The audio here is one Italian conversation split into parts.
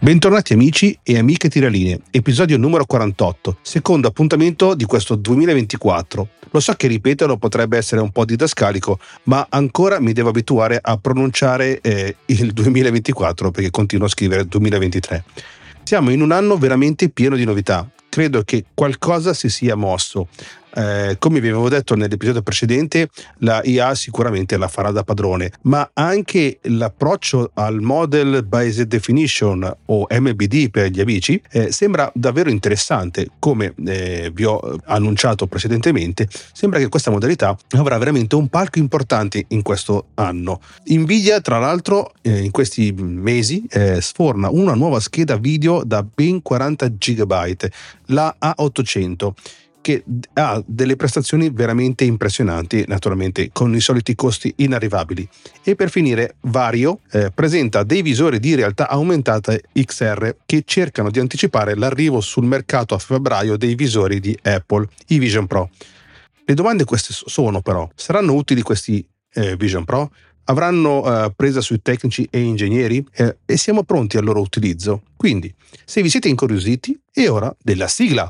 Bentornati amici e amiche tiralinee, episodio numero 48, secondo appuntamento di questo 2024. Lo so che ripeterlo potrebbe essere un po' didascalico, ma ancora mi devo abituare a pronunciare il 2024 perché continuo a scrivere 2023. Siamo in un anno veramente pieno di novità. Credo che qualcosa si sia mosso. Come vi avevo detto nell'episodio precedente, la IA sicuramente la farà da padrone, ma anche l'approccio al Model Based Definition o MBD per gli amici sembra davvero interessante. Come vi ho annunciato precedentemente, sembra che questa modalità avrà veramente un palco importante in questo anno. Nvidia, tra l'altro, in questi mesi sforna una nuova scheda video da ben 40 GB, la A800, che ha delle prestazioni veramente impressionanti, naturalmente con i soliti costi inarrivabili. E per finire, Vario presenta dei visori di realtà aumentata XR che cercano di anticipare l'arrivo sul mercato a febbraio dei visori di Apple, i Vision Pro. Le domande queste sono però: saranno utili questi Vision Pro? Avranno presa sui tecnici e ingegneri? E siamo pronti al loro utilizzo? Quindi, se vi siete incuriositi, è ora della sigla!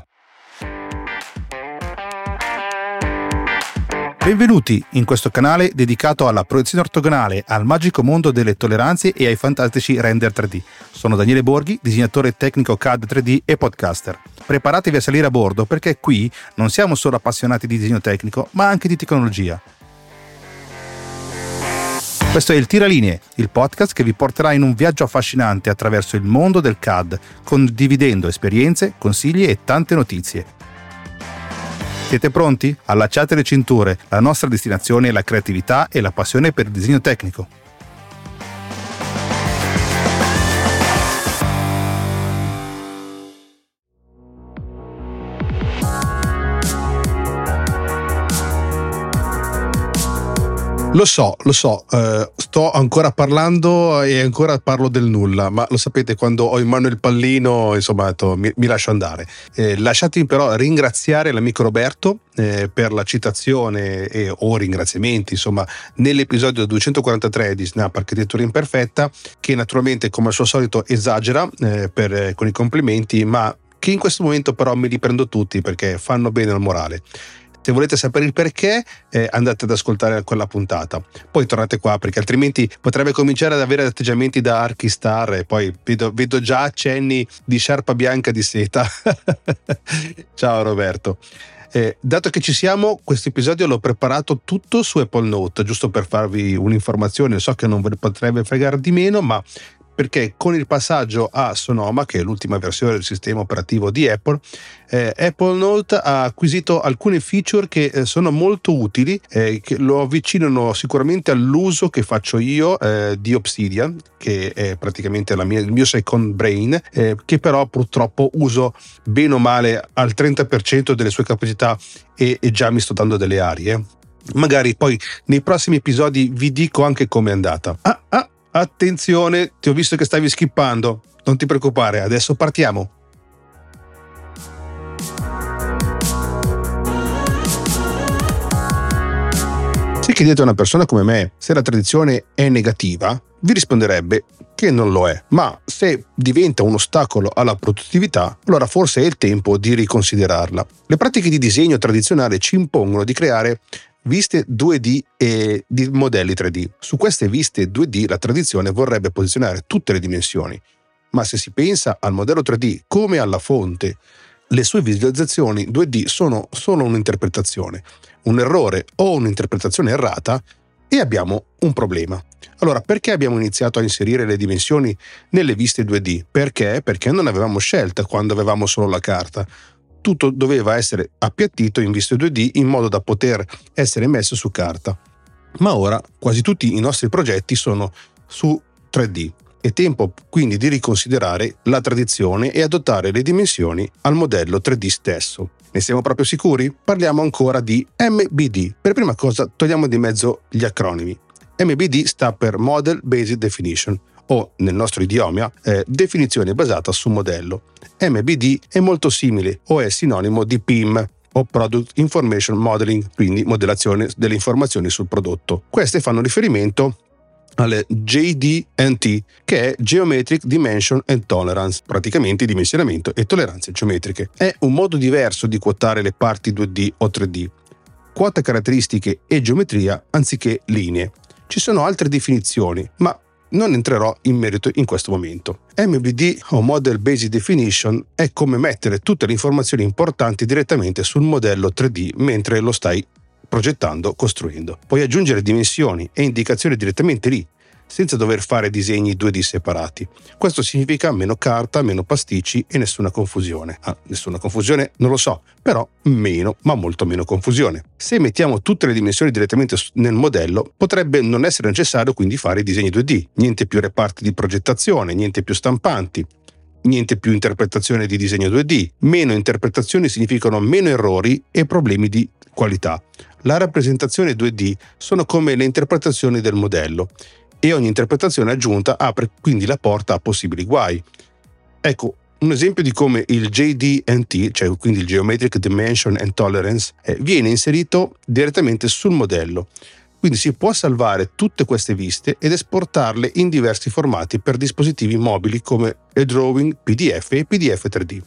Benvenuti in questo canale dedicato alla proiezione ortogonale, al magico mondo delle tolleranze e ai fantastici render 3D. Sono Daniele Borghi, disegnatore tecnico CAD 3D e podcaster. Preparatevi a salire a bordo perché qui non siamo solo appassionati di disegno tecnico, ma anche di tecnologia. Questo è il Tiralinee, il podcast che vi porterà in un viaggio affascinante attraverso il mondo del CAD, condividendo esperienze, consigli e tante notizie. Siete pronti? Allacciate le cinture, la nostra destinazione è la creatività e la passione per il disegno tecnico. Lo so, sto ancora parlando e ancora parlo del nulla, ma lo sapete, quando ho in mano il pallino, insomma, mi lascio andare. Lasciatemi però ringraziare l'amico Roberto per la citazione o ringraziamenti, insomma, nell'episodio 243 di Snap Architettura Imperfetta, che naturalmente, come al suo solito, esagera con i complimenti, ma che in questo momento però me li prendo tutti perché fanno bene al morale. Se volete sapere il perché, andate ad ascoltare quella puntata. Poi tornate qua, perché altrimenti potrebbe cominciare ad avere atteggiamenti da Archistar e poi vedo già accenni di sciarpa bianca di seta. Ciao Roberto. Dato che ci siamo, questo episodio l'ho preparato tutto su Apple Note, giusto per farvi un'informazione. So che non ve ne potrebbe fregare di meno, ma perché con il passaggio a Sonoma, che è l'ultima versione del sistema operativo di Apple, Apple Note ha acquisito alcune feature che sono molto utili, che lo avvicinano sicuramente all'uso che faccio io di Obsidian, che è praticamente il mio second brain, che però purtroppo uso bene o male al 30% delle sue capacità e già mi sto dando delle arie. Magari poi nei prossimi episodi vi dico anche com'è andata. Attenzione, ti ho visto che stavi skippando. Non ti preoccupare, adesso partiamo. Se chiedete a una persona come me se la tradizione è negativa, vi risponderebbe che non lo è, ma se diventa un ostacolo alla produttività, allora forse è il tempo di riconsiderarla. Le pratiche di disegno tradizionale ci impongono di creare viste 2D e di modelli 3D. Su queste viste 2D la tradizione vorrebbe posizionare tutte le dimensioni, ma se si pensa al modello 3D come alla fonte, le sue visualizzazioni 2D sono solo un'interpretazione, un errore o un'interpretazione errata e abbiamo un problema. Allora, perché abbiamo iniziato a inserire le dimensioni nelle viste 2D? Perché? Perché non avevamo scelta quando avevamo solo la carta. Tutto doveva essere appiattito in viste 2D in modo da poter essere messo su carta. Ma ora quasi tutti i nostri progetti sono su 3D. È tempo quindi di riconsiderare la tradizione e adottare le dimensioni al modello 3D stesso. Ne siamo proprio sicuri? Parliamo ancora di MBD. Per prima cosa togliamo di mezzo gli acronimi. MBD sta per Model Based Definition, o nel nostro idioma definizione basata su modello. MBD è molto simile o è sinonimo di PIM o Product Information Modeling, quindi modellazione delle informazioni sul prodotto. Queste fanno riferimento al JD&T, che è Geometric Dimension and Tolerance, praticamente dimensionamento e tolleranze geometriche. È un modo diverso di quotare le parti 2D o 3D. Quota caratteristiche e geometria anziché linee. Ci sono altre definizioni, ma non entrerò in merito in questo momento. MBD o Model Basic Definition è come mettere tutte le informazioni importanti direttamente sul modello 3D mentre lo stai progettando, costruendo. Puoi aggiungere dimensioni e indicazioni direttamente lì, senza dover fare disegni 2D separati. Questo significa meno carta, meno pasticci e nessuna confusione. Nessuna confusione non lo so, però meno, ma molto meno confusione. Se mettiamo tutte le dimensioni direttamente nel modello, potrebbe non essere necessario quindi fare i disegni 2D, niente più reparti di progettazione, niente più stampanti, niente più interpretazione di disegno 2D. Meno interpretazioni significano meno errori e problemi di qualità. La rappresentazione 2D sono come le interpretazioni del modello, e ogni interpretazione aggiunta apre quindi la porta a possibili guai. Ecco, un esempio di come il JD&T, cioè quindi il Geometric Dimension and Tolerance, viene inserito direttamente sul modello. Quindi si può salvare tutte queste viste ed esportarle in diversi formati per dispositivi mobili come eDrawing, PDF e PDF 3D.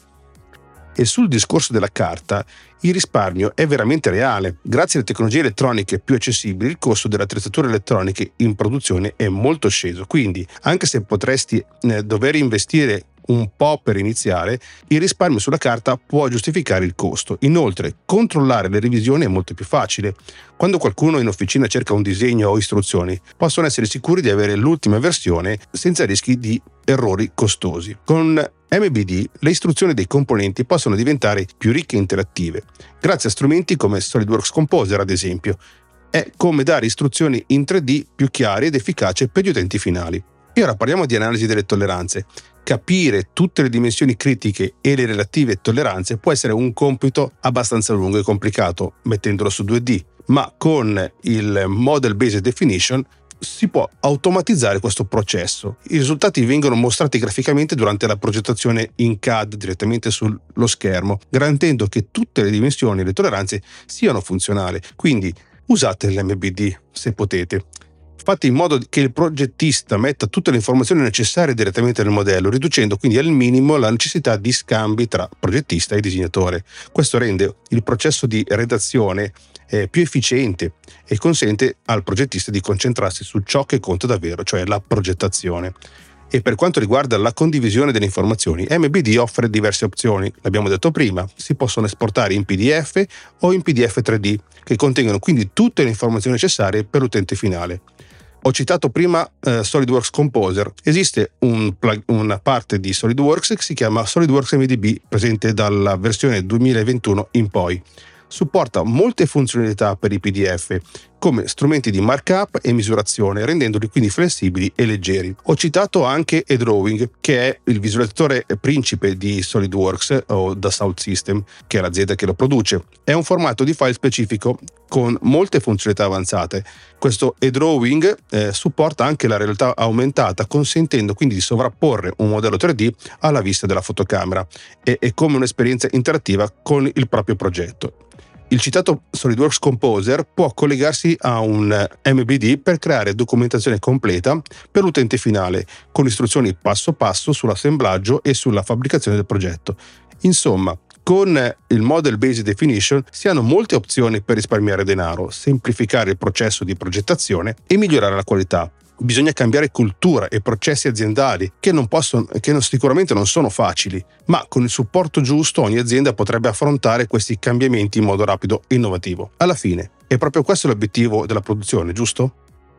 E sul discorso della carta, il risparmio è veramente reale. Grazie alle tecnologie elettroniche più accessibili, il costo delle attrezzature elettroniche in produzione è molto sceso. Quindi, anche se potresti dover investire un po' per iniziare, il risparmio sulla carta può giustificare il costo. Inoltre, controllare le revisioni è molto più facile. Quando qualcuno in officina cerca un disegno o istruzioni, possono essere sicuri di avere l'ultima versione senza rischi di errori costosi. Con MBD le istruzioni dei componenti possono diventare più ricche e interattive, grazie a strumenti come SolidWorks Composer, ad esempio. È come dare istruzioni in 3D più chiare ed efficaci per gli utenti finali. E ora parliamo di analisi delle tolleranze. Capire tutte le dimensioni critiche e le relative tolleranze può essere un compito abbastanza lungo e complicato mettendolo su 2D, ma con il Model Based Definition si può automatizzare questo processo. I risultati vengono mostrati graficamente durante la progettazione in CAD direttamente sullo schermo, garantendo che tutte le dimensioni e le tolleranze siano funzionali. Quindi usate l'MBD se potete. Fate in modo che il progettista metta tutte le informazioni necessarie direttamente nel modello, riducendo quindi al minimo la necessità di scambi tra progettista e disegnatore. Questo rende il processo di redazione più efficiente e consente al progettista di concentrarsi su ciò che conta davvero, cioè la progettazione. E per quanto riguarda la condivisione delle informazioni, MBD offre diverse opzioni. L'abbiamo detto prima, si possono esportare in PDF o in PDF 3D, che contengono quindi tutte le informazioni necessarie per l'utente finale. Ho citato prima SolidWorks Composer. Esiste una parte di SolidWorks che si chiama SolidWorks MDB, presente dalla versione 2021 in poi. Supporta molte funzionalità per i PDF, come strumenti di markup e misurazione, rendendoli quindi flessibili e leggeri. Ho citato anche eDrawing, che è il visualizzatore principe di SolidWorks o Dassault System, che è l'azienda che lo produce. È un formato di file specifico con molte funzionalità avanzate. Questo eDrawing supporta anche la realtà aumentata, consentendo quindi di sovrapporre un modello 3D alla vista della fotocamera. È come un'esperienza interattiva con il proprio progetto. Il citato SolidWorks Composer può collegarsi a un MBD per creare documentazione completa per l'utente finale, con istruzioni passo passo sull'assemblaggio e sulla fabbricazione del progetto. Insomma, con il Model Based Definition si hanno molte opzioni per risparmiare denaro, semplificare il processo di progettazione e migliorare la qualità. Bisogna cambiare cultura e processi aziendali che sicuramente non sono facili, ma con il supporto giusto ogni azienda potrebbe affrontare questi cambiamenti in modo rapido e innovativo. Alla fine, è proprio questo l'obiettivo della produzione, giusto?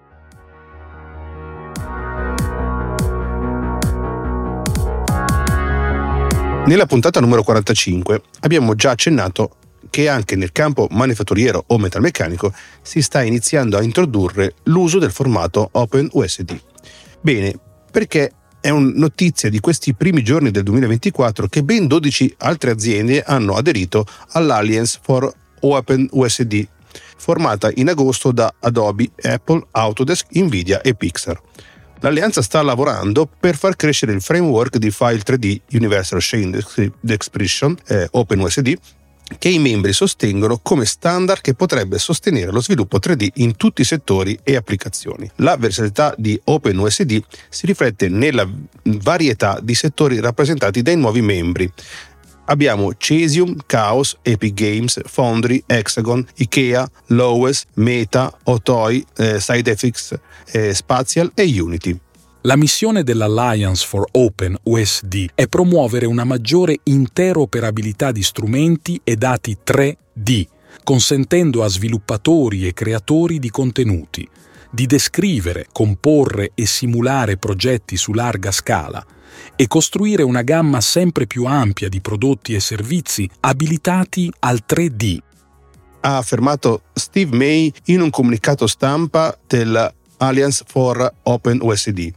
Nella puntata numero 45 abbiamo già accennato che anche nel campo manifatturiero o metalmeccanico si sta iniziando a introdurre l'uso del formato OpenUSD. Bene, perché è una notizia di questi primi giorni del 2024 che ben 12 altre aziende hanno aderito all'Alliance for OpenUSD, formata in agosto da Adobe, Apple, Autodesk, Nvidia e Pixar. L'alleanza sta lavorando per far crescere il framework di file 3D Universal Chain Expression, OpenUSD, che i membri sostengono come standard che potrebbe sostenere lo sviluppo 3D in tutti i settori e applicazioni. La versatilità di OpenUSD si riflette nella varietà di settori rappresentati dai nuovi membri. Abbiamo Cesium, Chaos, Epic Games, Foundry, Hexagon, Ikea, Lowes, Meta, Otoy, SideFX, Spatial e Unity. La missione dell'Alliance for OpenUSD è promuovere una maggiore interoperabilità di strumenti e dati 3D, consentendo a sviluppatori e creatori di contenuti di descrivere, comporre e simulare progetti su larga scala e costruire una gamma sempre più ampia di prodotti e servizi abilitati al 3D. Ha affermato Steve May in un comunicato stampa del Alliance for OpenUSD.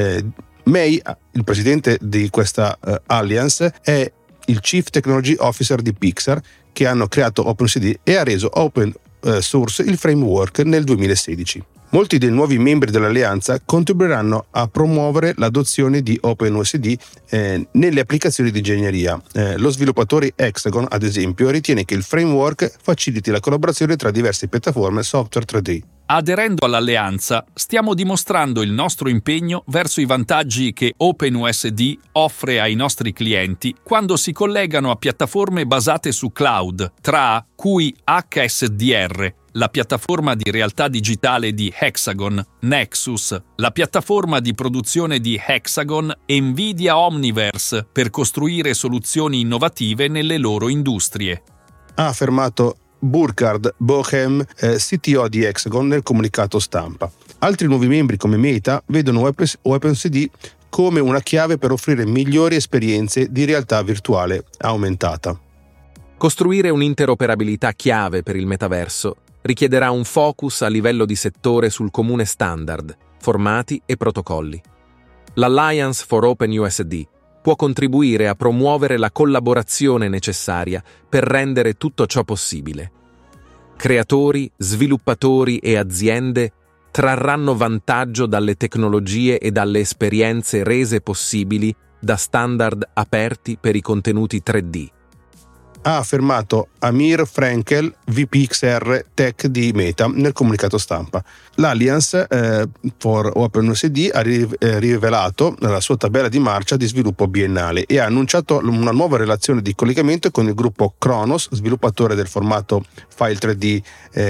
May, il presidente di questa Alliance, è il Chief Technology Officer di Pixar, che hanno creato OpenUSD e ha reso open source il framework nel 2016. Molti dei nuovi membri dell'alleanza contribuiranno a promuovere l'adozione di OpenUSD nelle applicazioni di ingegneria. Lo sviluppatore Hexagon, ad esempio, ritiene che il framework faciliti la collaborazione tra diverse piattaforme software 3D. Aderendo all'alleanza, stiamo dimostrando il nostro impegno verso i vantaggi che OpenUSD offre ai nostri clienti quando si collegano a piattaforme basate su cloud, tra cui HSDR, la piattaforma di realtà digitale di Hexagon, Nexus, la piattaforma di produzione di Hexagon e Nvidia Omniverse per costruire soluzioni innovative nelle loro industrie. Ha affermato Burkhard Bohem, CTO di Hexagon, nel comunicato stampa. Altri nuovi membri come Meta vedono OpenUSD come una chiave per offrire migliori esperienze di realtà virtuale aumentata. Costruire un'interoperabilità chiave per il metaverso richiederà un focus a livello di settore sul comune standard, formati e protocolli. L'Alliance for OpenUSD può contribuire a promuovere la collaborazione necessaria per rendere tutto ciò possibile. Creatori, sviluppatori e aziende trarranno vantaggio dalle tecnologie e dalle esperienze rese possibili da standard aperti per i contenuti 3D. Ha affermato Amir Frankel, VP XR Tech di Meta, nel comunicato stampa. L'Alliance for OpenUSD ha rivelato la sua tabella di marcia di sviluppo biennale e ha annunciato una nuova relazione di collegamento con il gruppo Khronos, sviluppatore del formato file 3D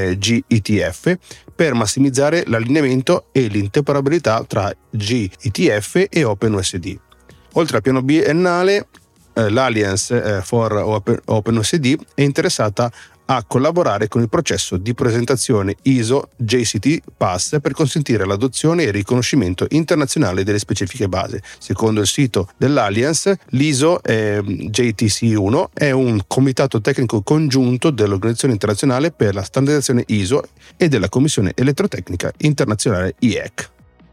GETF, per massimizzare l'allineamento e l'interoperabilità tra GETF e OpenUSD. Oltre al piano biennale, l'Alliance for OpenUSD è interessata a collaborare con il processo di presentazione ISO JCT Pass per consentire l'adozione e il riconoscimento internazionale delle specifiche base. Secondo il sito dell'Alliance, l'ISO JTC1 è un comitato tecnico congiunto dell'Organizzazione Internazionale per la Standardizzazione ISO e della Commissione Elettrotecnica Internazionale IEC.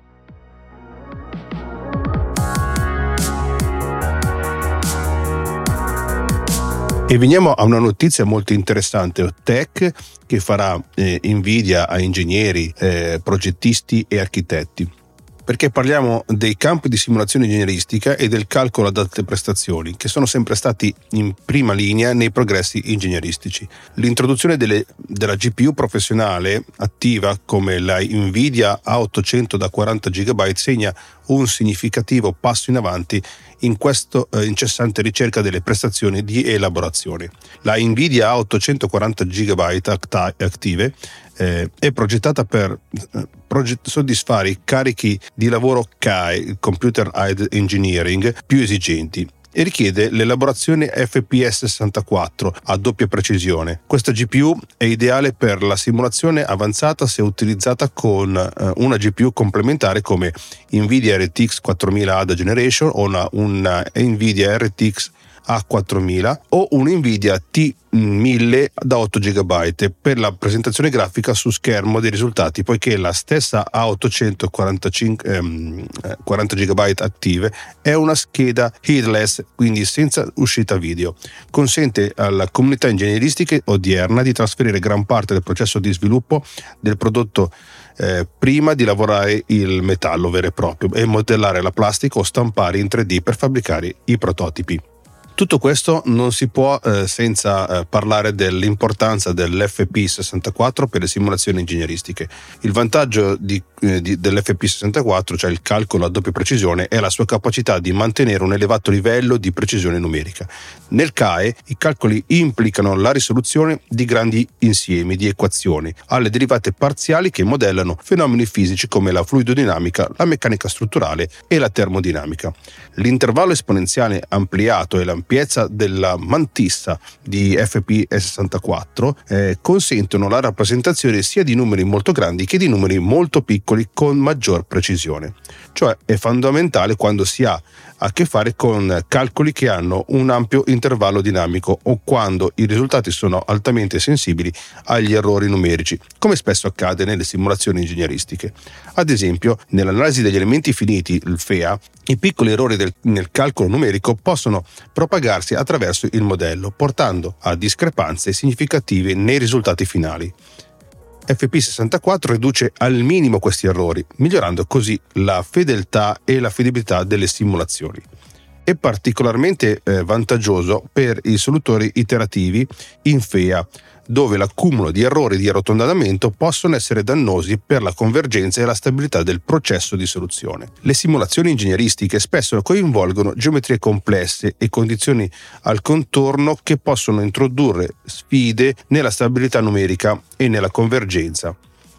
E veniamo a una notizia molto interessante, tech, che farà invidia a ingegneri, progettisti e architetti. Perché parliamo dei campi di simulazione ingegneristica e del calcolo ad alte prestazioni, che sono sempre stati in prima linea nei progressi ingegneristici. L'introduzione della GPU professionale attiva come la Nvidia A800 da 40 GB segna un significativo passo in avanti in questa incessante ricerca delle prestazioni di elaborazione. La Nvidia A840 GB attive è progettata per soddisfare i carichi di lavoro CAE, Computer Aided Engineering, più esigenti e richiede l'elaborazione FPS 64 a doppia precisione. Questa GPU è ideale per la simulazione avanzata se utilizzata con una GPU complementare come Nvidia RTX 4000 Ada Generation o una Nvidia RTX A4000 o un Nvidia T1000 da 8 GB per la presentazione grafica su schermo dei risultati, poiché la stessa A800 40 GB attive è una scheda headless, quindi senza uscita video. Consente alla comunità ingegneristica odierna di trasferire gran parte del processo di sviluppo del prodotto prima di lavorare il metallo vero e proprio e modellare la plastica o stampare in 3D per fabbricare i prototipi. Tutto questo non si può senza parlare dell'importanza dell'FP64 per le simulazioni ingegneristiche. Il vantaggio dell'FP64, cioè il calcolo a doppia precisione, è la sua capacità di mantenere un elevato livello di precisione numerica. Nel CAE i calcoli implicano la risoluzione di grandi insiemi di equazioni alle derivate parziali che modellano fenomeni fisici come la fluidodinamica, la meccanica strutturale e la termodinamica. L'intervallo esponenziale ampliato e l'ampiezza della mantissa di FP64 consentono la rappresentazione sia di numeri molto grandi che di numeri molto piccoli con maggior precisione. Cioè è fondamentale quando si ha a che fare con calcoli che hanno un ampio intervallo dinamico o quando i risultati sono altamente sensibili agli errori numerici, come spesso accade nelle simulazioni ingegneristiche. Ad esempio, nell'analisi degli elementi finiti, il FEA, i piccoli errori nel calcolo numerico possono propagarsi attraverso il modello, portando a discrepanze significative nei risultati finali. FP64 riduce al minimo questi errori, migliorando così la fedeltà e l'affidabilità delle simulazioni. È particolarmente vantaggioso per i solutori iterativi in FEA, dove l'accumulo di errori di arrotondamento possono essere dannosi per la convergenza e la stabilità del processo di soluzione. Le simulazioni ingegneristiche spesso coinvolgono geometrie complesse e condizioni al contorno che possono introdurre sfide nella stabilità numerica e nella convergenza.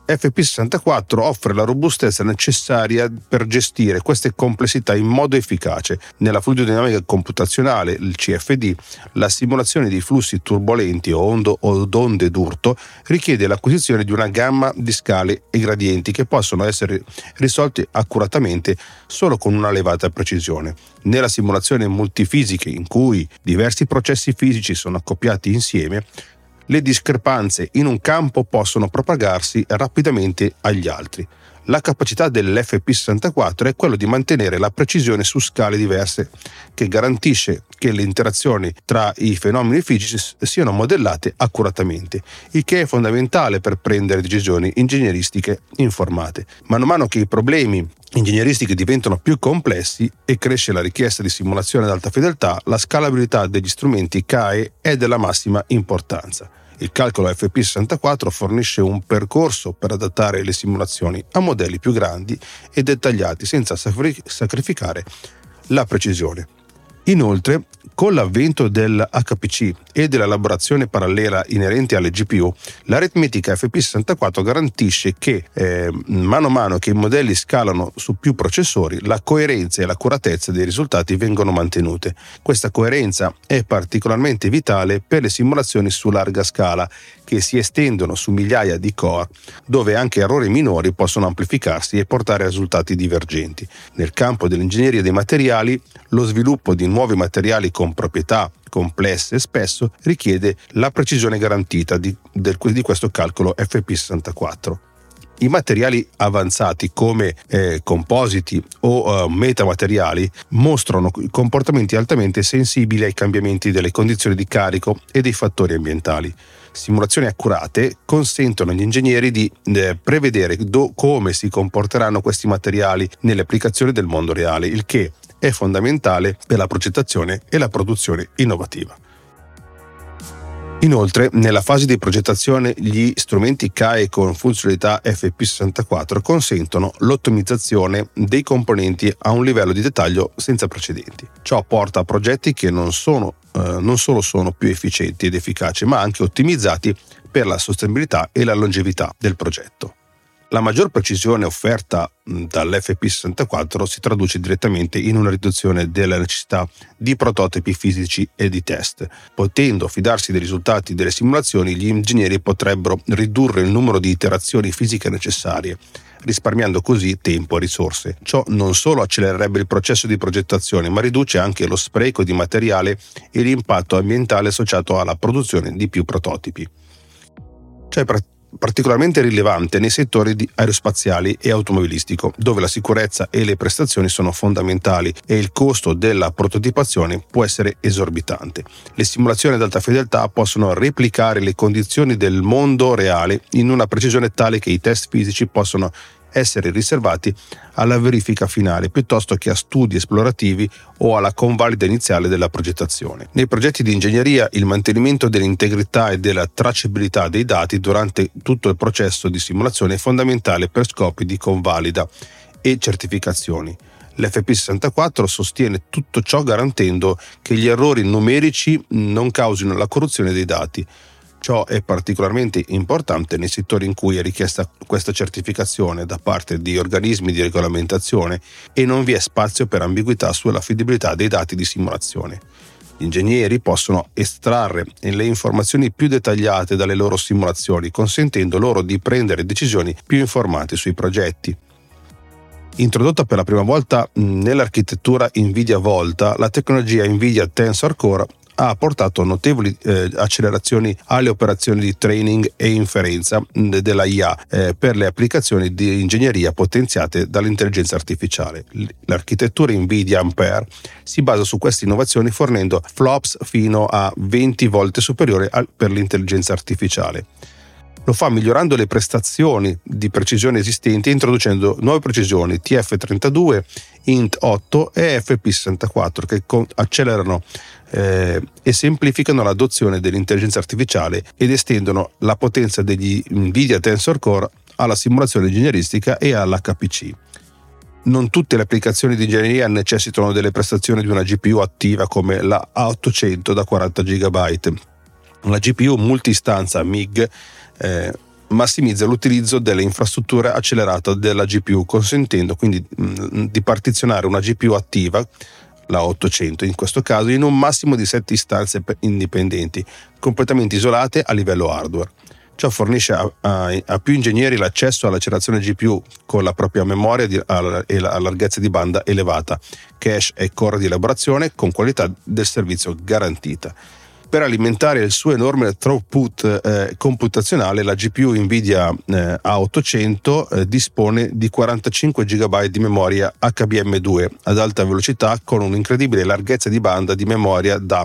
FP64 offre la robustezza necessaria per gestire queste complessità in modo efficace. Nella fluidodinamica computazionale, il CFD, la simulazione di flussi turbolenti o onde d'urto richiede l'acquisizione di una gamma di scale e gradienti che possono essere risolti accuratamente solo con una elevata precisione. Nella simulazione multifisica, in cui diversi processi fisici sono accoppiati insieme, le discrepanze in un campo possono propagarsi rapidamente agli altri. La capacità dell'FP64 è quello di mantenere la precisione su scale diverse, che garantisce che le interazioni tra i fenomeni fisici siano modellate accuratamente, il che è fondamentale per prendere decisioni ingegneristiche informate. Man mano che i problemi ingegneristici diventano più complessi e cresce la richiesta di simulazione ad alta fedeltà, la scalabilità degli strumenti CAE è della massima importanza. Il calcolo FP64 fornisce un percorso per adattare le simulazioni a modelli più grandi e dettagliati senza sacrificare la precisione. Inoltre, con l'avvento dell'HPC e dell'elaborazione parallela inerente alle GPU, l'aritmetica FP64 garantisce che, mano a mano che i modelli scalano su più processori, la coerenza e l'accuratezza dei risultati vengono mantenute. Questa coerenza è particolarmente vitale per le simulazioni su larga scala, che si estendono su migliaia di core, dove anche errori minori possono amplificarsi e portare a risultati divergenti. Nel campo dell'ingegneria dei materiali, lo sviluppo di nuovi materiali con proprietà complesse spesso richiede la precisione garantita di questo calcolo FP64. I materiali avanzati come compositi o metamateriali mostrano comportamenti altamente sensibili ai cambiamenti delle condizioni di carico e dei fattori ambientali. Simulazioni accurate consentono agli ingegneri di prevedere come si comporteranno questi materiali nelle applicazioni del mondo reale, il che è fondamentale per la progettazione e la produzione innovativa. Inoltre, nella fase di progettazione, gli strumenti CAE con funzionalità FP64 consentono l'ottimizzazione dei componenti a un livello di dettaglio senza precedenti. Ciò porta a progetti che non solo sono più efficienti ed efficaci, ma anche ottimizzati per la sostenibilità e la longevità del progetto. La maggior precisione offerta dall'FP64 si traduce direttamente in una riduzione della necessità di prototipi fisici e di test. Potendo fidarsi dei risultati delle simulazioni, gli ingegneri potrebbero ridurre il numero di iterazioni fisiche necessarie, risparmiando così tempo e risorse. Ciò non solo accelererebbe il processo di progettazione, ma riduce anche lo spreco di materiale e l'impatto ambientale associato alla produzione di più prototipi. Ciò è particolarmente rilevante nei settori aerospaziali e automobilistico, dove la sicurezza e le prestazioni sono fondamentali e il costo della prototipazione può essere esorbitante. Le simulazioni ad alta fedeltà possono replicare le condizioni del mondo reale in una precisione tale che i test fisici possono essere riservati alla verifica finale piuttosto che a studi esplorativi o alla convalida iniziale della progettazione. Nei progetti di ingegneria il mantenimento dell'integrità e della tracciabilità dei dati durante tutto il processo di simulazione è fondamentale per scopi di convalida e certificazioni. L'FP64 sostiene tutto ciò garantendo che gli errori numerici non causino la corruzione dei dati. Ciò è particolarmente importante nei settori in cui è richiesta questa certificazione da parte di organismi di regolamentazione e non vi è spazio per ambiguità sull'affidabilità dei dati di simulazione. Gli ingegneri possono estrarre le informazioni più dettagliate dalle loro simulazioni, consentendo loro di prendere decisioni più informate sui progetti. Introdotta per la prima volta nell'architettura NVIDIA Volta, la tecnologia NVIDIA Tensor Core ha portato notevoli accelerazioni alle operazioni di training e inferenza della IA per le applicazioni di ingegneria potenziate dall'intelligenza artificiale. L'architettura NVIDIA Ampere si basa su queste innovazioni fornendo flops fino a 20 volte superiori per l'intelligenza artificiale. Lo fa migliorando le prestazioni di precisione esistenti e introducendo nuove precisioni TF32, Int8 e FP64 che accelerano e semplificano l'adozione dell'intelligenza artificiale ed estendono la potenza degli NVIDIA Tensor Core alla simulazione ingegneristica e all'HPC. Non tutte le applicazioni di ingegneria necessitano delle prestazioni di una GPU attiva come la A800 da 40 GB. La GPU multistanza MIG massimizza l'utilizzo delle infrastrutture accelerate della GPU, consentendo quindi di partizionare una GPU attiva, la 800 in questo caso, in un massimo di 7 istanze indipendenti, completamente isolate a livello hardware. Ciò fornisce a più ingegneri l'accesso all'accelerazione GPU con la propria memoria e la larghezza di banda elevata, cache e core di elaborazione con qualità del servizio garantita. Per alimentare il suo enorme throughput computazionale, la GPU NVIDIA A800 dispone di 45 GB di memoria HBM2 ad alta velocità con un'incredibile larghezza di banda di memoria da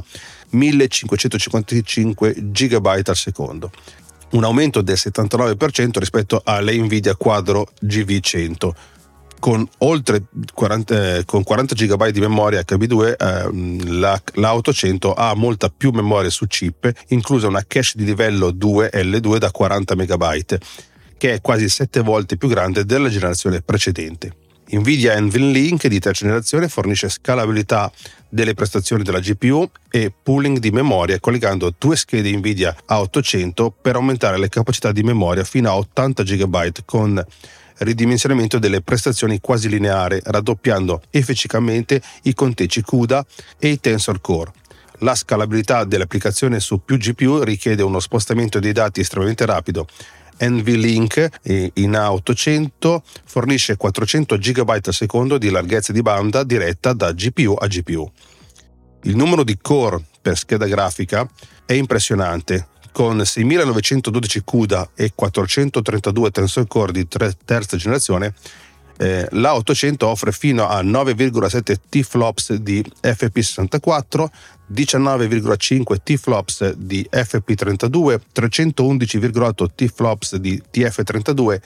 1555 GB al secondo, un aumento del 79% rispetto alle NVIDIA Quadro GV100. Con oltre 40 GB di memoria HB2, la 800 ha molta più memoria su chip, inclusa una cache di livello 2 L2 da 40 MB, che è quasi 7 volte più grande della generazione precedente. NVIDIA NVLink di terza generazione fornisce scalabilità delle prestazioni della GPU e pooling di memoria collegando due schede NVIDIA A800 per aumentare le capacità di memoria fino a 80 GB con ridimensionamento delle prestazioni quasi lineare, raddoppiando efficacamente i conteggi CUDA e i Tensor Core. La scalabilità dell'applicazione su più GPU richiede uno spostamento dei dati estremamente rapido. NVLink in A800 fornisce 400 GB al secondo di larghezza di banda diretta da GPU a GPU. Il numero di core per scheda grafica è impressionante. Con 6912 CUDA e 432 Tensor Core di terza generazione, l'A800 offre fino a 9,7 T-flops di FP64, 19,5 T-flops di FP32, 311,8 T-flops di TF32,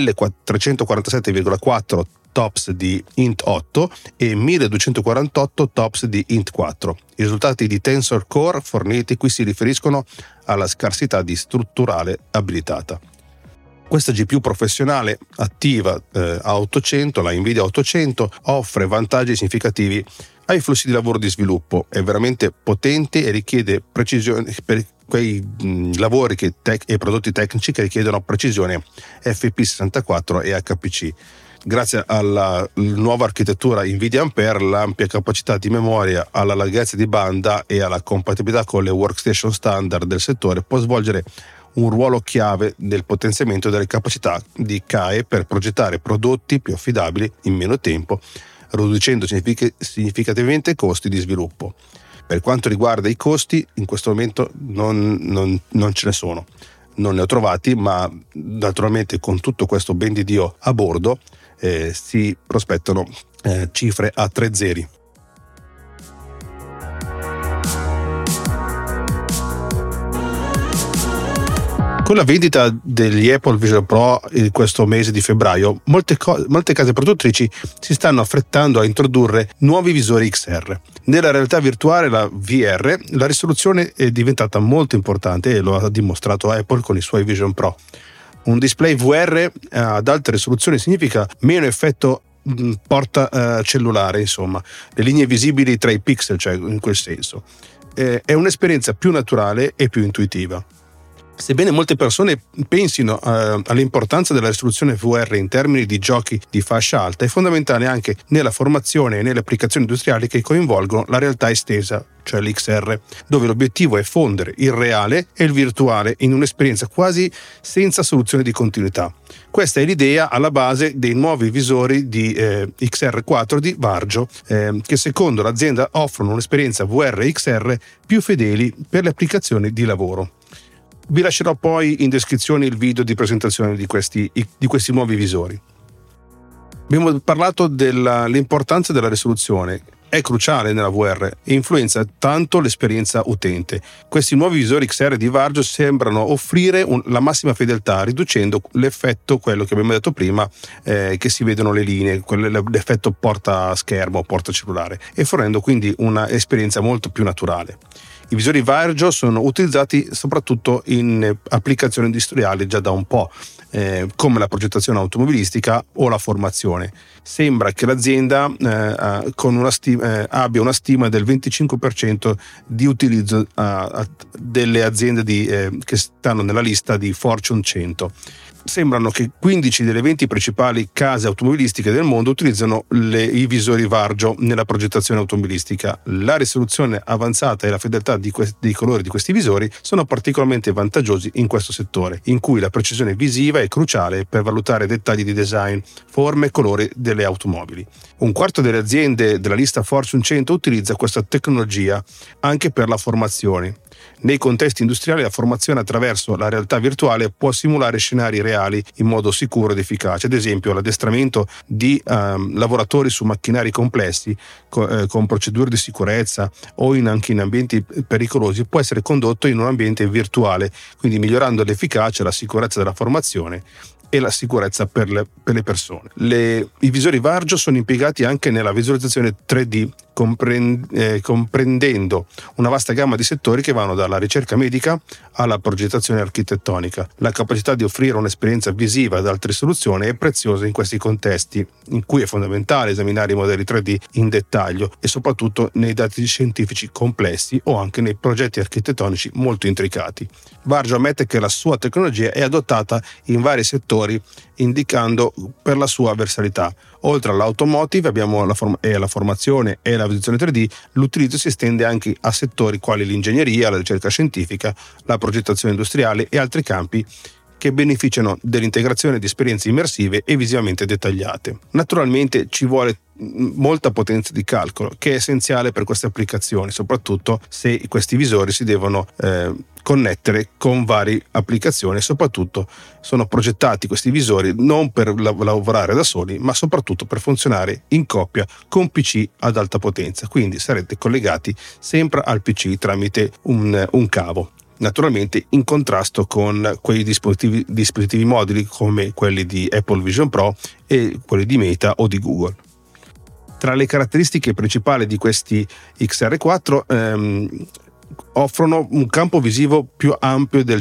1347,4 TOPS di Int8 e 1248 TOPS di Int4. I risultati di Tensor Core forniti qui si riferiscono alla scarsità di strutturale abilitata. Questa GPU professionale attiva A800, la NVIDIA 800, offre vantaggi significativi ai flussi di lavoro di sviluppo, è veramente potente e richiede precisione per quei lavori e prodotti tecnici che richiedono precisione FP64 e HPC. Grazie alla nuova architettura NVIDIA Ampere, l'ampia capacità di memoria, alla larghezza di banda e alla compatibilità con le workstation standard del settore può svolgere un ruolo chiave nel potenziamento delle capacità di CAE per progettare prodotti più affidabili in meno tempo, riducendo significativamente i costi di sviluppo. Per quanto riguarda i costi, in questo momento non ce ne sono. Non ne ho trovati, ma naturalmente con tutto questo ben di Dio a bordo si prospettano cifre a 3 zeri. Con la vendita degli Apple Vision Pro in questo mese di febbraio, molte case produttrici si stanno affrettando a introdurre nuovi visori XR. Nella realtà virtuale, la VR, la risoluzione è diventata molto importante e lo ha dimostrato Apple con i suoi Vision Pro. Un display VR ad alta risoluzione significa meno effetto porta cellulare, insomma, le linee visibili tra i pixel, cioè in quel senso. È un'esperienza più naturale e più intuitiva. Sebbene molte persone pensino all'importanza della risoluzione VR in termini di giochi di fascia alta, è fondamentale anche nella formazione e nelle applicazioni industriali che coinvolgono la realtà estesa, cioè l'XR, dove l'obiettivo è fondere il reale e il virtuale in un'esperienza quasi senza soluzione di continuità. Questa è l'idea alla base dei nuovi visori di XR4 di Varjo, che secondo l'azienda offrono un'esperienza VR XR più fedeli per le applicazioni di lavoro. Vi lascerò poi in descrizione il video di presentazione di questi nuovi visori. Abbiamo parlato dell'importanza della risoluzione, è cruciale nella VR e influenza tanto l'esperienza utente. Questi nuovi visori XR di Varjo sembrano offrire la massima fedeltà, riducendo l'effetto, quello che abbiamo detto prima, che si vedono le linee, l'effetto porta schermo, porta cellulare, e fornendo quindi una esperienza molto più naturale. I visori Varjo sono utilizzati soprattutto in applicazioni industriali già da un po', come la progettazione automobilistica o la formazione. Sembra che l'azienda abbia una stima del 25% di utilizzo delle aziende che stanno nella lista di Fortune 100. Sembrano che 15 delle 20 principali case automobilistiche del mondo utilizzano i visori Varjo nella progettazione automobilistica. La risoluzione avanzata e la fedeltà dei colori di questi visori sono particolarmente vantaggiosi in questo settore, in cui la precisione visiva è cruciale per valutare dettagli di design, forme e colori delle automobili. Un quarto delle aziende della lista Fortune 100 utilizza questa tecnologia anche per la formazione. Nei contesti industriali la formazione attraverso la realtà virtuale può simulare scenari reali in modo sicuro ed efficace. Ad esempio, l'addestramento di lavoratori su macchinari complessi con procedure di sicurezza o anche in ambienti pericolosi può essere condotto in un ambiente virtuale, quindi migliorando l'efficacia, la sicurezza della formazione e la sicurezza per le persone. I visori Varjo sono impiegati anche nella visualizzazione 3D, comprendendo una vasta gamma di settori che vanno dalla ricerca medica alla progettazione architettonica. La capacità di offrire un'esperienza visiva ad alta risoluzione è preziosa in questi contesti, in cui è fondamentale esaminare i modelli 3D in dettaglio e soprattutto nei dati scientifici complessi o anche nei progetti architettonici molto intricati. Varjo ammette che la sua tecnologia è adottata in vari settori, indicando per la sua versatilità. Oltre all'automotive abbiamo la formazione e la visualizzazione 3D, l'utilizzo si estende anche a settori quali l'ingegneria, la ricerca scientifica, la progettazione industriale e altri campi che beneficiano dell'integrazione di esperienze immersive e visivamente dettagliate. Naturalmente ci vuole molta potenza di calcolo, che è essenziale per queste applicazioni, soprattutto se questi visori si devono connettere con varie applicazioni. Soprattutto sono progettati questi visori non per lavorare da soli, ma soprattutto per funzionare in coppia con PC ad alta potenza, quindi sarete collegati sempre al PC tramite un cavo, naturalmente in contrasto con quei dispositivi mobili come quelli di Apple Vision Pro e quelli di Meta o di Google. Tra le caratteristiche principali di questi XR4 offrono un campo visivo più ampio del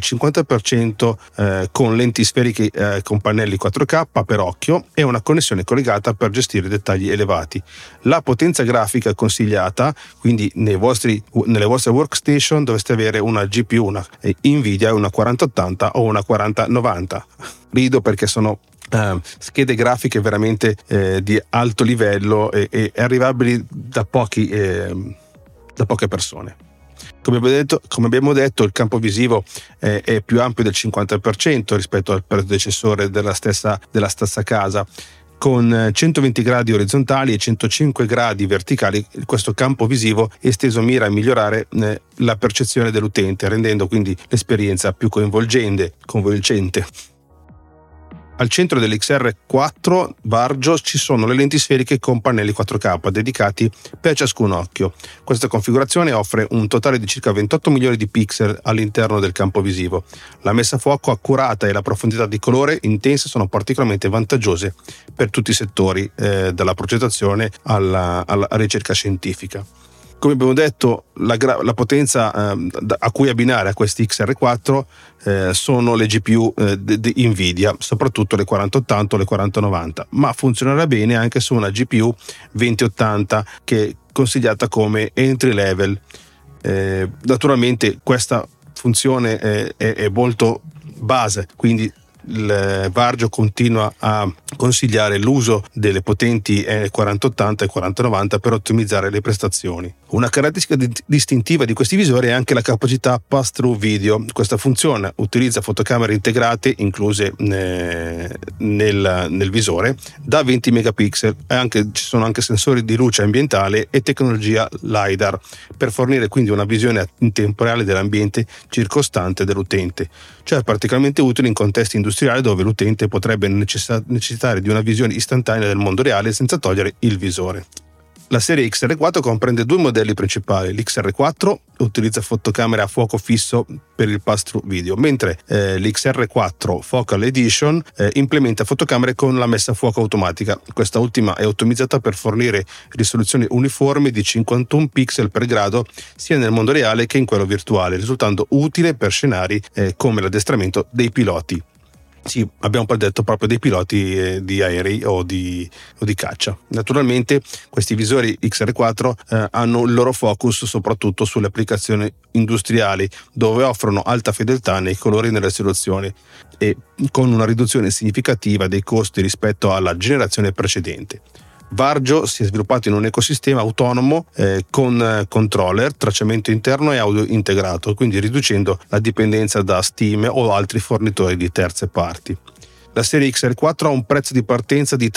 50% con lenti sferiche con pannelli 4K per occhio e una connessione collegata per gestire dettagli elevati. La potenza grafica consigliata, quindi nelle vostre workstation dovreste avere una GPU, una Nvidia, una 4080 o una 4090. Rido perché sono schede grafiche veramente di alto livello e arrivabili da poche persone. Come abbiamo detto, il campo visivo è più ampio del 50% rispetto al predecessore della stessa casa. Con 120 gradi orizzontali e 105 gradi verticali, questo campo visivo esteso mira a migliorare la percezione dell'utente, rendendo quindi l'esperienza più coinvolgente. Al centro dell'XR4 Varjo ci sono le lenti sferiche con pannelli 4K dedicati per ciascun occhio. Questa configurazione offre un totale di circa 28 milioni di pixel all'interno del campo visivo. La messa a fuoco accurata e la profondità di colore intensa sono particolarmente vantaggiose per tutti i settori, dalla progettazione alla ricerca scientifica. Come abbiamo detto, la potenza a cui abbinare a questi XR4 sono le GPU di Nvidia, soprattutto le 4080 o le 4090, ma funzionerà bene anche su una GPU 2080 che è consigliata come entry level. Naturalmente questa funzione è molto base, quindi il Varjo continua a consigliare l'uso delle potenti 4080 e 4090 per ottimizzare le prestazioni. Una caratteristica distintiva di questi visori è anche la capacità pass-through video. Questa funzione utilizza fotocamere integrate incluse nel visore da 20 megapixel e ci sono anche sensori di luce ambientale e tecnologia LiDAR per fornire quindi una visione in tempo reale dell'ambiente circostante dell'utente. Cioè è particolarmente utile in contesti industriali dove l'utente potrebbe necessitare di una visione istantanea del mondo reale senza togliere il visore. La serie XR4 comprende due modelli principali. L'XR4 utilizza fotocamere a fuoco fisso per il pass-through video, mentre l'XR4 Focal Edition implementa fotocamere con la messa a fuoco automatica. Questa ultima è ottimizzata per fornire risoluzioni uniformi di 51 pixel per grado sia nel mondo reale che in quello virtuale, risultando utile per scenari come l'addestramento dei piloti. Sì, abbiamo detto proprio dei piloti di aerei o di caccia. Naturalmente questi visori XR4 hanno il loro focus soprattutto sulle applicazioni industriali, dove offrono alta fedeltà nei colori e nelle risoluzioni e con una riduzione significativa dei costi rispetto alla generazione precedente. Varjo si è sviluppato in un ecosistema autonomo con controller, tracciamento interno e audio integrato, quindi riducendo la dipendenza da Steam o altri fornitori di terze parti. La serie XR4 ha un prezzo di partenza di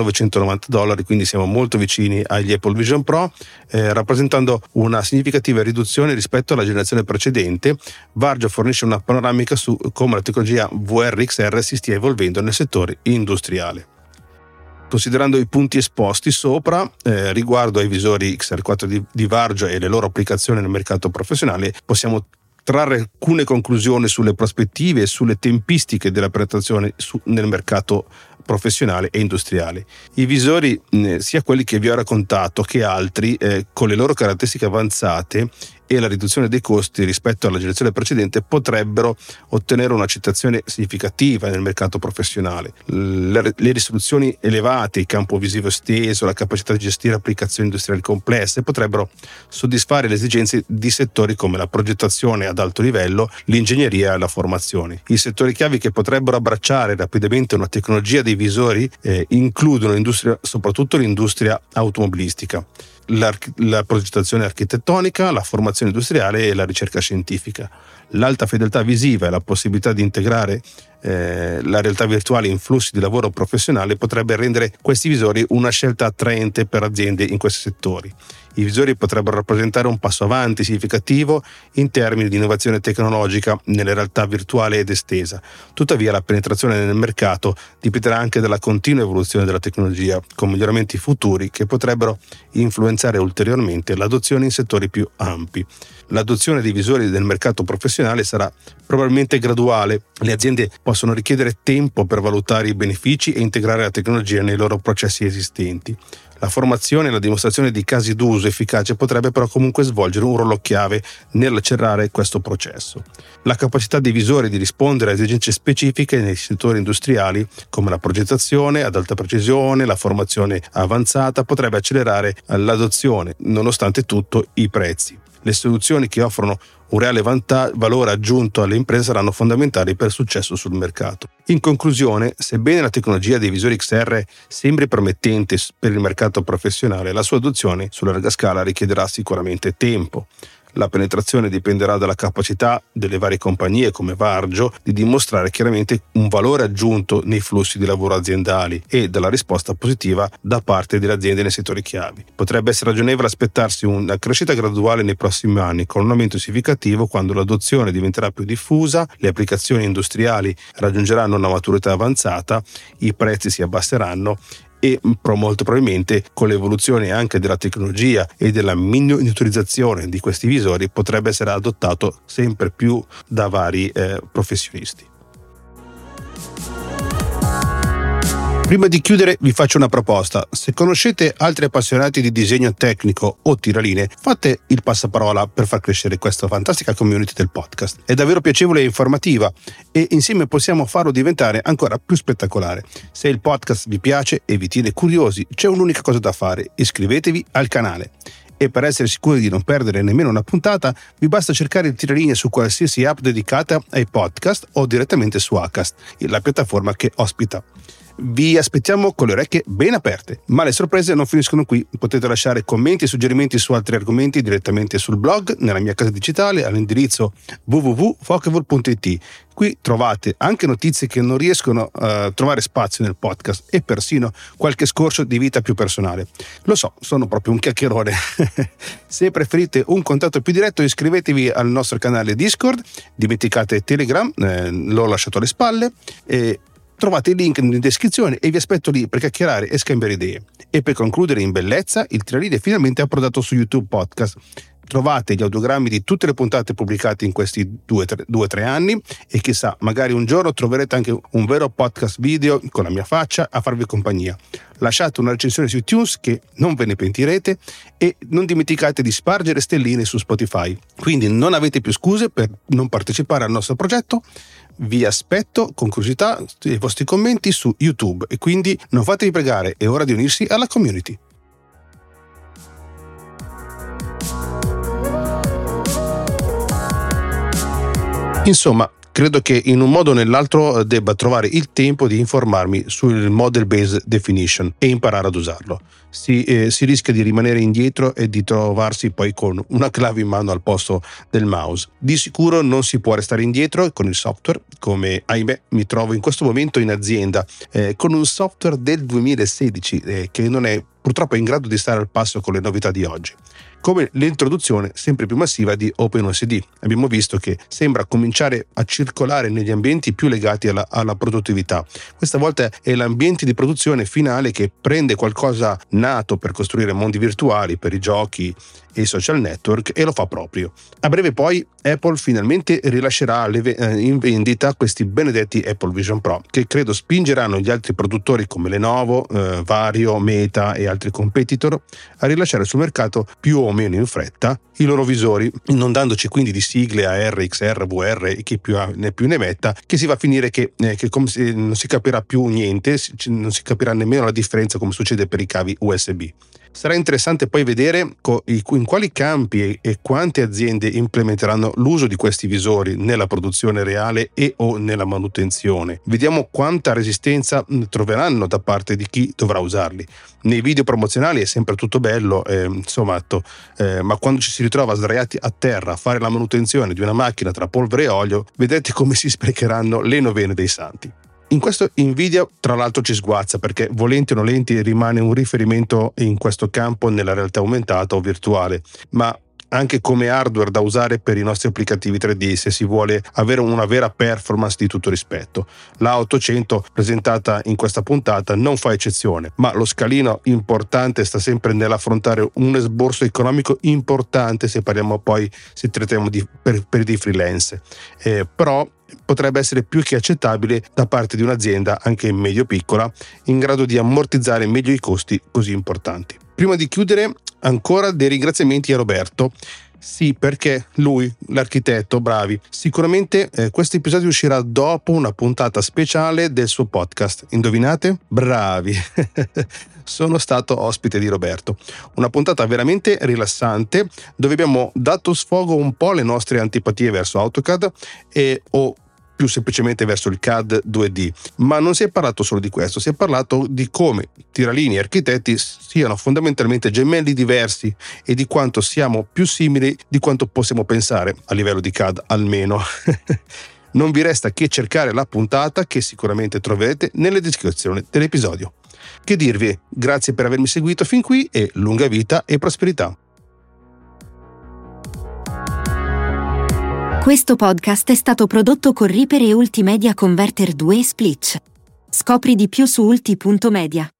$3.990, quindi siamo molto vicini agli Apple Vision Pro, rappresentando una significativa riduzione rispetto alla generazione precedente. Varjo fornisce una panoramica su come la tecnologia VR-XR si stia evolvendo nel settore industriale. Considerando i punti esposti sopra, riguardo ai visori XR4 di Varjo e le loro applicazioni nel mercato professionale, possiamo trarre alcune conclusioni sulle prospettive e sulle tempistiche della penetrazione nel mercato professionale e industriale. I visori, sia quelli che vi ho raccontato che altri, con le loro caratteristiche avanzate e la riduzione dei costi rispetto alla generazione precedente, potrebbero ottenere un'accettazione significativa nel mercato professionale. Le risoluzioni elevate, il campo visivo esteso, la capacità di gestire applicazioni industriali complesse potrebbero soddisfare le esigenze di settori come la progettazione ad alto livello, l'ingegneria e la formazione. I settori chiavi che potrebbero abbracciare rapidamente una tecnologia dei visori includono soprattutto l'industria automobilistica, la progettazione architettonica, la formazione industriale e la ricerca scientifica. L'alta fedeltà visiva e la possibilità di integrare la realtà virtuale in flussi di lavoro professionale potrebbe rendere questi visori una scelta attraente per aziende in questi settori. I visori potrebbero rappresentare un passo avanti significativo in termini di innovazione tecnologica nelle realtà virtuale ed estesa. Tuttavia la penetrazione nel mercato dipenderà anche dalla continua evoluzione della tecnologia, con miglioramenti futuri che potrebbero influenzare ulteriormente l'adozione in settori più ampi. L'adozione dei visori nel mercato professionale sarà probabilmente graduale. Le aziende possono richiedere tempo per valutare i benefici e integrare la tecnologia nei loro processi esistenti. La formazione e la dimostrazione di casi d'uso efficace potrebbe però comunque svolgere un ruolo chiave nell'accelerare questo processo. La capacità dei visori di rispondere a esigenze specifiche nei settori industriali, come la progettazione ad alta precisione, la formazione avanzata, potrebbe accelerare l'adozione, nonostante tutto i prezzi. Le soluzioni che offrono un reale valore aggiunto alle imprese saranno fondamentali per il successo sul mercato. In conclusione, sebbene la tecnologia dei visori XR sembri promettente per il mercato professionale, la sua adozione sulla larga scala richiederà sicuramente tempo. La penetrazione dipenderà dalla capacità delle varie compagnie come Vargio di dimostrare chiaramente un valore aggiunto nei flussi di lavoro aziendali e dalla risposta positiva da parte delle aziende nei settori chiavi. Potrebbe essere ragionevole aspettarsi una crescita graduale nei prossimi anni, con un aumento significativo quando l'adozione diventerà più diffusa, le applicazioni industriali raggiungeranno una maturità avanzata, i prezzi si abbasseranno e molto probabilmente con l'evoluzione anche della tecnologia e della miniaturizzazione di questi visori potrebbe essere adottato sempre più da vari professionisti. Prima di chiudere vi faccio una proposta. Se conoscete altri appassionati di disegno tecnico o tiraline, fate il passaparola per far crescere questa fantastica community del podcast. È davvero piacevole e informativa e insieme possiamo farlo diventare ancora più spettacolare. Se il podcast vi piace e vi tiene curiosi, c'è un'unica cosa da fare: iscrivetevi al canale. E per essere sicuri di non perdere nemmeno una puntata, vi basta cercare il Tiralinea su qualsiasi app dedicata ai podcast o direttamente su Acast, la piattaforma che ospita. Vi aspettiamo con le orecchie ben aperte, ma le sorprese non finiscono qui. Potete lasciare commenti e suggerimenti su altri argomenti direttamente sul blog, nella mia casa digitale, all'indirizzo www.fokevol.it. Qui trovate anche notizie che non riescono a trovare spazio nel podcast e persino qualche scorcio di vita più personale. Lo so, sono proprio un chiacchierone. Se preferite un contatto più diretto, iscrivetevi al nostro canale Discord, dimenticate Telegram, l'ho lasciato alle spalle, e trovate il link in descrizione e vi aspetto lì per chiacchierare e scambiare idee. E per concludere in bellezza, il Tiralinea è finalmente approdato su YouTube Podcast. Trovate gli audiogrammi di tutte le puntate pubblicate in questi 2-3 anni e chissà, magari un giorno troverete anche un vero podcast video con la mia faccia a farvi compagnia. Lasciate una recensione su iTunes che non ve ne pentirete e non dimenticate di spargere stelline su Spotify. Quindi non avete più scuse per non partecipare al nostro progetto. Vi aspetto con curiosità i vostri commenti su YouTube e quindi non fatevi pregare, è ora di unirsi alla community. Insomma, credo che in un modo o nell'altro debba trovare il tempo di informarmi sul Model Based Definition e imparare ad usarlo. Si rischia di rimanere indietro e di trovarsi poi con una clave in mano al posto del mouse. Di sicuro non si può restare indietro con il software, come ahimè mi trovo in questo momento in azienda con un software del 2016 che non è purtroppo in grado di stare al passo con le novità di oggi, come l'introduzione sempre più massiva di OpenOSD. Abbiamo visto che sembra cominciare a circolare negli ambienti più legati alla produttività. Questa volta è l'ambiente di produzione finale che prende qualcosa nato per costruire mondi virtuali per i giochi e i social network e lo fa proprio. A breve poi Apple finalmente rilascerà in vendita questi benedetti Apple Vision Pro, che credo spingeranno gli altri produttori come Lenovo, Vario, Meta e altri competitor a rilasciare sul mercato più o meno in fretta i loro visori, inondandoci quindi di sigle AR, XR, VR e chi più ne metta, che si va a finire che come non si capirà più niente, non si capirà nemmeno la differenza come succede per i cavi USB. Sarà interessante poi vedere in quali campi e quante aziende implementeranno l'uso di questi visori nella produzione reale e o nella manutenzione. Vediamo quanta resistenza troveranno da parte di chi dovrà usarli. Nei video promozionali è sempre tutto bello, ma quando ci si ritrova sdraiati a terra a fare la manutenzione di una macchina tra polvere e olio, vedete come si sprecheranno le novene dei santi. In questo Nvidia tra l'altro ci sguazza perché volenti o nolenti rimane un riferimento in questo campo nella realtà aumentata o virtuale, ma anche come hardware da usare per i nostri applicativi 3D se si vuole avere una vera performance di tutto rispetto. La 800 presentata in questa puntata non fa eccezione, ma lo scalino importante sta sempre nell'affrontare un esborso economico importante se trattiamo per dei freelance, però potrebbe essere più che accettabile da parte di un'azienda anche medio-piccola in grado di ammortizzare meglio i costi così importanti. Prima di chiudere, ancora dei ringraziamenti a Roberto. Sì, perché lui, l'architetto, bravi. Sicuramente questo episodio uscirà dopo una puntata speciale del suo podcast. Indovinate? Bravi! Sono stato ospite di Roberto. Una puntata veramente rilassante dove abbiamo dato sfogo un po' alle nostre antipatie verso AutoCAD più semplicemente verso il CAD 2D. Ma non si è parlato solo di questo, si è parlato di come tiralini e architetti siano fondamentalmente gemelli diversi e di quanto siamo più simili di quanto possiamo pensare, a livello di CAD almeno. Non vi resta che cercare la puntata, che sicuramente troverete nelle descrizioni dell'episodio. Che dirvi? Grazie per avermi seguito fin qui e lunga vita e prosperità. Questo podcast è stato prodotto con Reaper e Ultimedia Converter 2 e Splitch. Scopri di più su ulti.media.